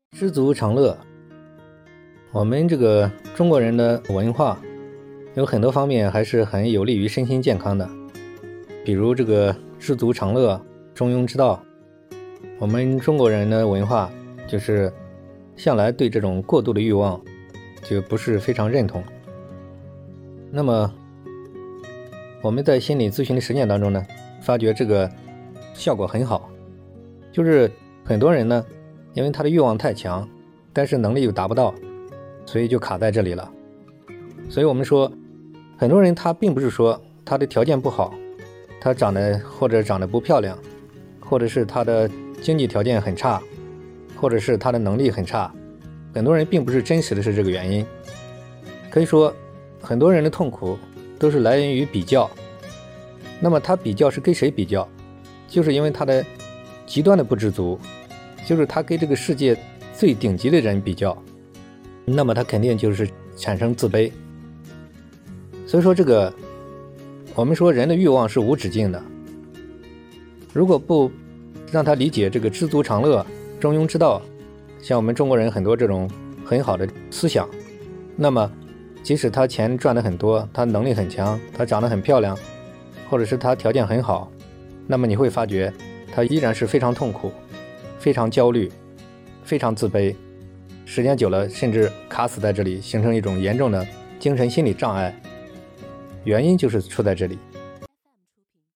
知足常乐。我们这个中国人的文化有很多方面还是很有利于身心健康的，比如这个知足常乐、中庸之道。我们中国人的文化就是向来对这种过度的欲望就不是非常认同。那么我们在心理咨询的实践当中呢，发觉这个效果很好，就是很多人呢，因为他的欲望太强，但是能力又达不到，所以就卡在这里了。所以我们说很多人他并不是说他的条件不好，他长得不漂亮，或者是他的经济条件很差，或者是他的能力很差，很多人并不是真实的是这个原因。可以说很多人的痛苦都是来源于比较。那么他比较是跟谁比较？就是因为他的极端的不知足，就是他跟这个世界最顶级的人比较，那么他肯定就是产生自卑。所以说我们说人的欲望是无止境的，如果不让他理解这个知足常乐、中庸之道，像我们中国人很多这种很好的思想，那么即使他钱赚得很多，他能力很强，他长得很漂亮，或者是他条件很好，那么你会发觉他依然是非常痛苦、非常焦虑、非常自卑，时间久了甚至卡死在这里，形成一种严重的精神心理障碍。原因就是出在这里。